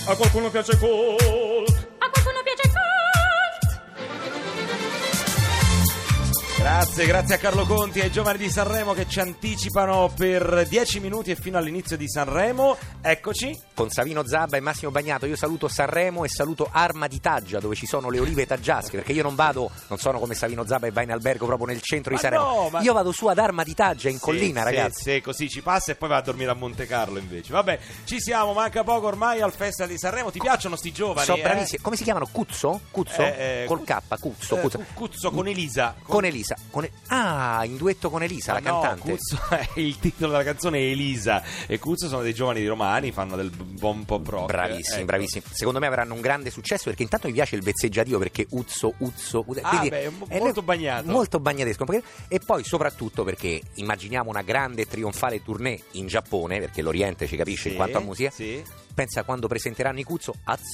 A qualcuno piace Colt. A qualcuno piace Colt. Grazie a Carlo Conti e ai giovani di Sanremo che ci anticipano per 10 minuti e fino all'inizio di Sanremo. Eccoci. Con Savino Zabba e Massimo Bagnato. Io saluto Sanremo e saluto Arma di Taggia, dove ci sono le olive taggiasche, perché io non sono come Savino Zabba e va in albergo proprio nel centro di Sanremo. No, io vado su ad Arma di Taggia in collina, ragazzi. Sì, così ci passa e poi va a dormire a Monte Carlo invece. Vabbè, ci siamo, manca poco ormai al Festival di Sanremo. Ti piacciono sti giovani? Sono bravissimi. Come si chiamano? Cuzzo? Col K, Cuzzo. Cuzzo con Elisa. Con Elisa. In duetto con Elisa, la cantante. Cuzzo è il titolo della canzone è Elisa e Cuzzo sono dei giovani romani, fanno del buon pop rock. Bravissimi, bravissimi. Secondo me avranno un grande successo, perché intanto mi piace il vezzeggiativo, perché Uzzo. Molto bagnato. Molto bagnatesco. E poi soprattutto perché immaginiamo una grande trionfale tournée in Giappone, perché l'Oriente ci capisce in quanto a musica. Sì. Pensa quando presenteranno i Cuzzo,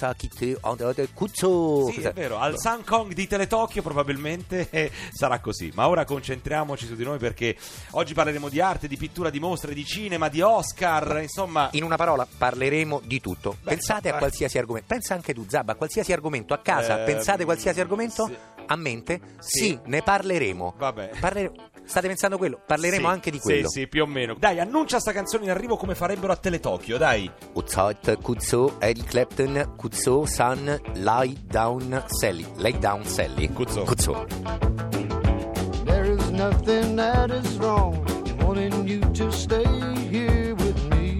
Cuzzo. Sì, è vero, al San Kong di Teletokyo probabilmente sarà così. Ma ora concentriamoci su di noi, perché oggi parleremo di arte, di pittura, di mostre, di cinema, di Oscar, insomma. In una parola, parleremo di tutto. Pensate a qualsiasi argomento. Pensa anche tu, Zabba, a qualsiasi argomento a casa. Pensate qualsiasi argomento a mente? Sì, ne parleremo. Vabbè. State pensando quello? Parleremo anche di quello. Sì, più o meno. Dai, annuncia sta canzone in arrivo come farebbero a Teletokyo, dai. Uzzot, Cuzzo, Eric Clapton, Cuzzo, Sun, Lie Down Sally. Cuzzo. There is nothing that is wrong in wanting you to stay here with me.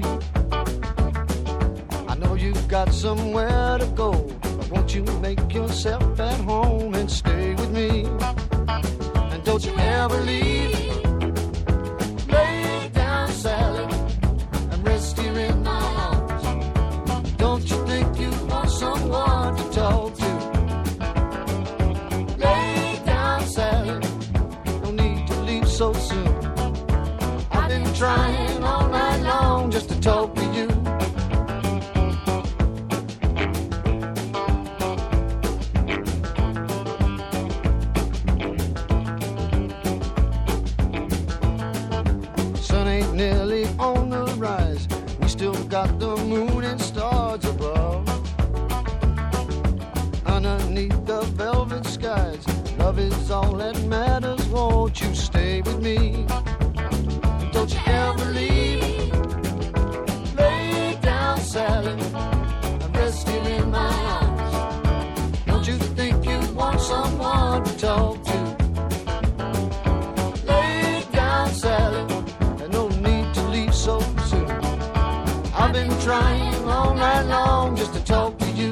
I know you've got somewhere to go, but won't you make yourself at home and stay with me? And don't you ever leave. Lay down, Sally, and rest here in my arms. Don't you think you want someone to talk to? Lay down, Sally, no need to leave so soon. I've been trying all night long just to talk to you. Sun ain't nearly on the rise. We still got the moon and stars above. Underneath the velvet skies, love is all that matters. Won't you stay with me? Don't you ever leave. Lay down, Sally, and rest here in my arms. Don't you think you want someone to talk to? Lay down, Sally, and no need to leave so soon. I've been trying all night long just to talk to you.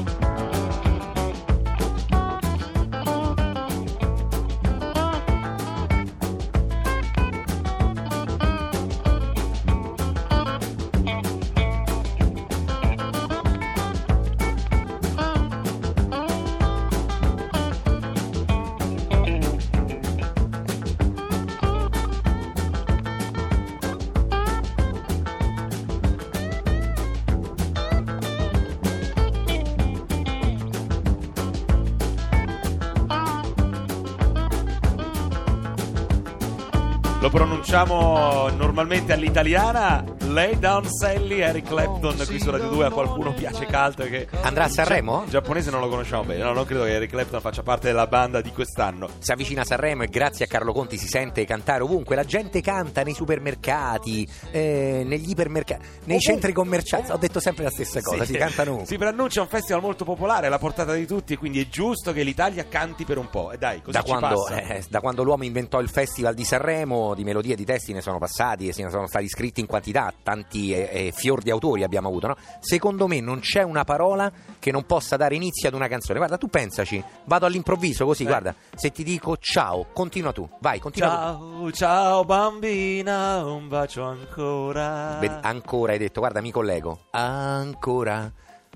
Lo pronunciamo normalmente all'italiana. Lay Down Sally, Eric Clapton qui su Radio 2. A qualcuno piace Cult che andrà a Sanremo? Il giapponese non lo conosciamo bene. No, non credo che Eric Clapton faccia parte della banda di quest'anno. Si avvicina a Sanremo e grazie a Carlo Conti si sente cantare ovunque. La gente canta nei supermercati, negli ipermercati, nei centri commerciali. Ho detto sempre la stessa cosa, si cantano ovunque. Si preannuncia un festival molto popolare, alla portata di tutti, e quindi è giusto che l'Italia canti per un po'. E dai, così da quando l'uomo inventò il Festival di Sanremo, di melodie e di testi ne sono passati e se ne sono stati scritti in quantità, tanti fior di autori abbiamo avuto, no? Secondo me non c'è una parola che non possa dare inizio ad una canzone. Guarda, tu pensaci, vado all'improvviso così, guarda, se ti dico ciao, continua tu, vai, continua tu. Ciao bambina, un bacio ancora. Vedi, ancora hai detto, guarda, mi collego. Ancora,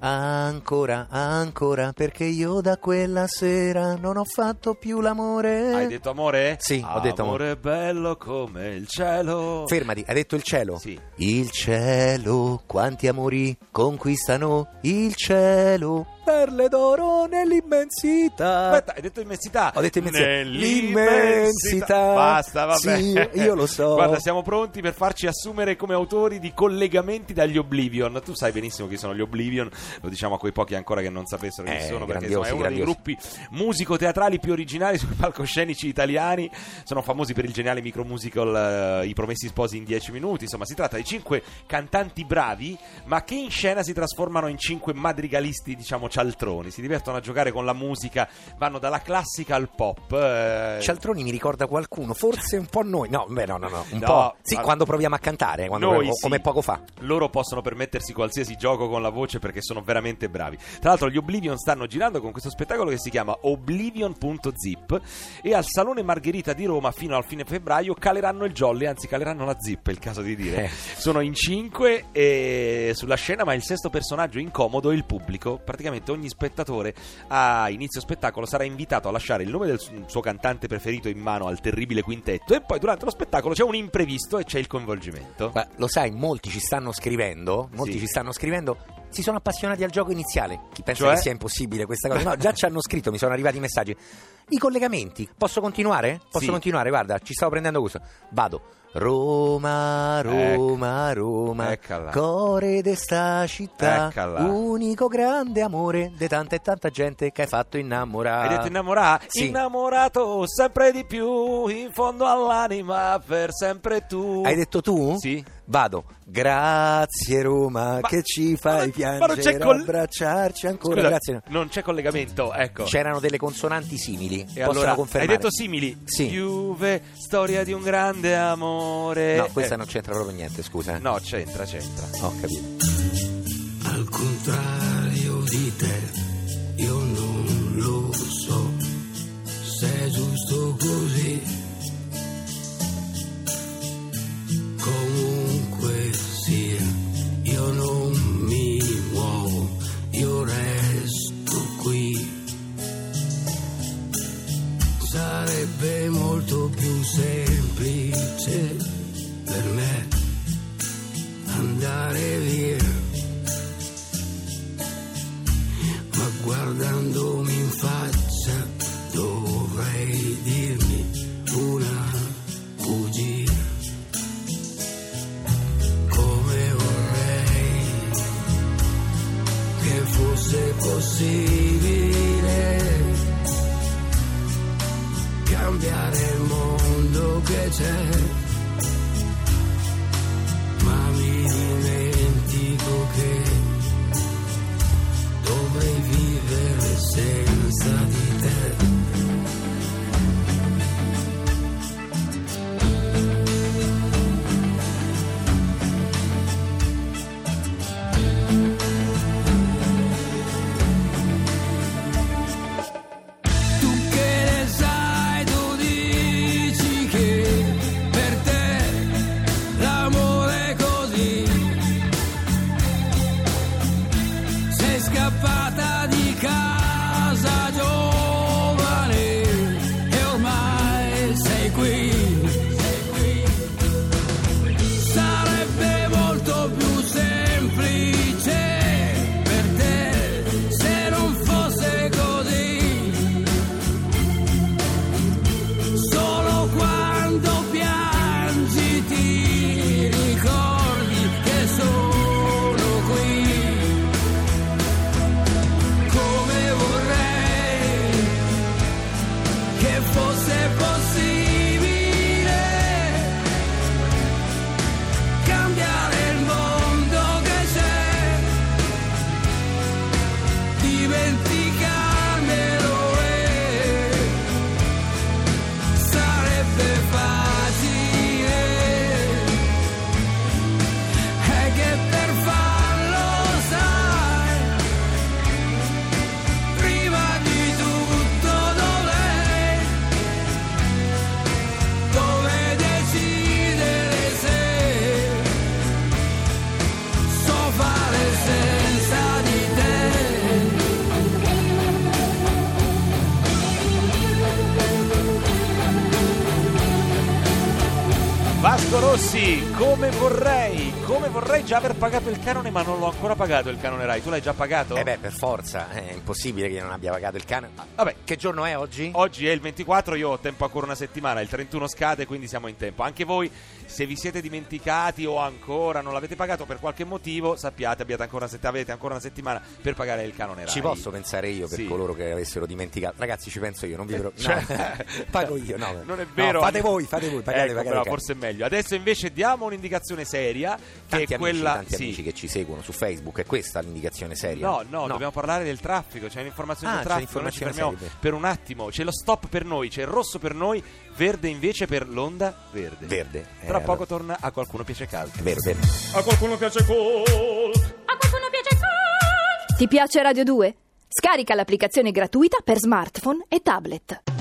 perché io da quella sera non ho fatto più l'amore. Hai detto amore? Sì, ho detto amore. Amore bello come il cielo. Fermati, hai detto il cielo? Sì. Il cielo, quanti amori conquistano il cielo. perle d'oro nell'immensità. Aspetta, hai detto immensità? Ho detto immensità. L'immensità. Basta, vabbè. Sì, io lo so. Guarda, siamo pronti per farci assumere come autori di collegamenti dagli Oblivion. Tu sai benissimo chi sono gli Oblivion, lo diciamo a quei pochi ancora che non sapessero chi sono, perché insomma, è uno dei gruppi musico-teatrali più originali sui palcoscenici italiani. Sono famosi per il geniale micromusical I Promessi Sposi in 10 minuti. Insomma, si tratta di 5 cantanti bravi, ma che in scena si trasformano in 5 madrigalisti, diciamo cialtroni. Si divertono a giocare con la musica, vanno dalla classica al pop. Cialtroni mi ricorda qualcuno, forse un po' noi. No, un No, po'. Sì, quando proviamo a cantare, noi come sì. poco fa. Loro possono permettersi qualsiasi gioco con la voce perché sono veramente bravi. Tra l'altro gli Oblivion stanno girando con questo spettacolo che si chiama Oblivion.zip, e al Salone Margherita di Roma fino al fine febbraio caleranno il jolly, anzi caleranno la zip, è il caso di dire. Sono in 5 e sulla scena, ma il sesto personaggio incomodo è il pubblico. Praticamente ogni spettatore a inizio spettacolo sarà invitato a lasciare il nome del suo cantante preferito in mano al terribile quintetto, e poi durante lo spettacolo c'è un imprevisto e c'è il coinvolgimento. Ma lo sai, molti ci stanno scrivendo, si sono appassionati al gioco iniziale. Chi pensa che sia impossibile questa cosa? No, già ci hanno scritto, mi sono arrivati i messaggi. I collegamenti, posso continuare? Sì. Continuare, guarda, ci stavo prendendo gusto. Vado. Roma, Roma, Roma, Eccola. Core d'esta città, Eccola. unico grande amore di tanta e tanta gente che hai fatto innamorare. Hai detto innamorare? Sì. Innamorato sempre di più, in fondo all'anima per sempre tu. Hai detto tu? Sì. Vado. Grazie Roma, Ma- che ci fai ma non c'è piangere, abbracciarci ancora. Scusa, Grazie. non c'è collegamento, ecco. C'erano delle consonanti simili. E Posso allora, confermare? hai detto simili? Sì. Juve, storia di un grande amore. No, questa non c'entra proprio niente, scusa. No, c'entra. Ho capito. Al contrario di te, io non lo so se è giusto così. Comunque sia, io non mi muovo, io resto qui. Sarebbe molto più semplice per me andare via, ma guardandomi in faccia dovrei dirmi una bugia. Come vorrei che fosse possibile cambiare il mondo che c'è, ma mi dimentico che dovrei vivere senza di te. Scappata di casa giovane e ormai sei qui. Sarebbe molto più semplice per te se non fosse così. Solo quando piangi ti ricordi che sono qui. Come vorrei che fosse possibile Vasco Rossi, come vorrei già aver pagato il canone, ma non l'ho ancora pagato il canone Rai. Tu l'hai già pagato? Per forza, è impossibile che io non abbia pagato il canone. Vabbè, che giorno è oggi? Oggi è il 24, io ho tempo ancora una settimana, il 31 scade, quindi siamo in tempo. Anche voi, se vi siete dimenticati o ancora non l'avete pagato per qualche motivo, sappiate, avete ancora una settimana per pagare il canone Rai. Ci posso pensare io per coloro che avessero dimenticato. Ragazzi, ci penso io, non vi pago io, no. Non è vero. No, fate voi, pagate. Però forse è meglio. Adesso invece diamo un'indicazione seria, che è quella... Tanti amici che ci seguono su Facebook, è questa l'indicazione seria? No, dobbiamo parlare del traffico, c'è un'informazione del traffico, noi ci fermiamo seria. Per un attimo, c'è lo stop per noi, c'è il rosso per noi, verde invece per l'onda verde. Tra poco torna A Qualcuno Piace Caldo. Verde. A qualcuno piace col. Ti piace Radio 2? Scarica l'applicazione gratuita per smartphone e tablet.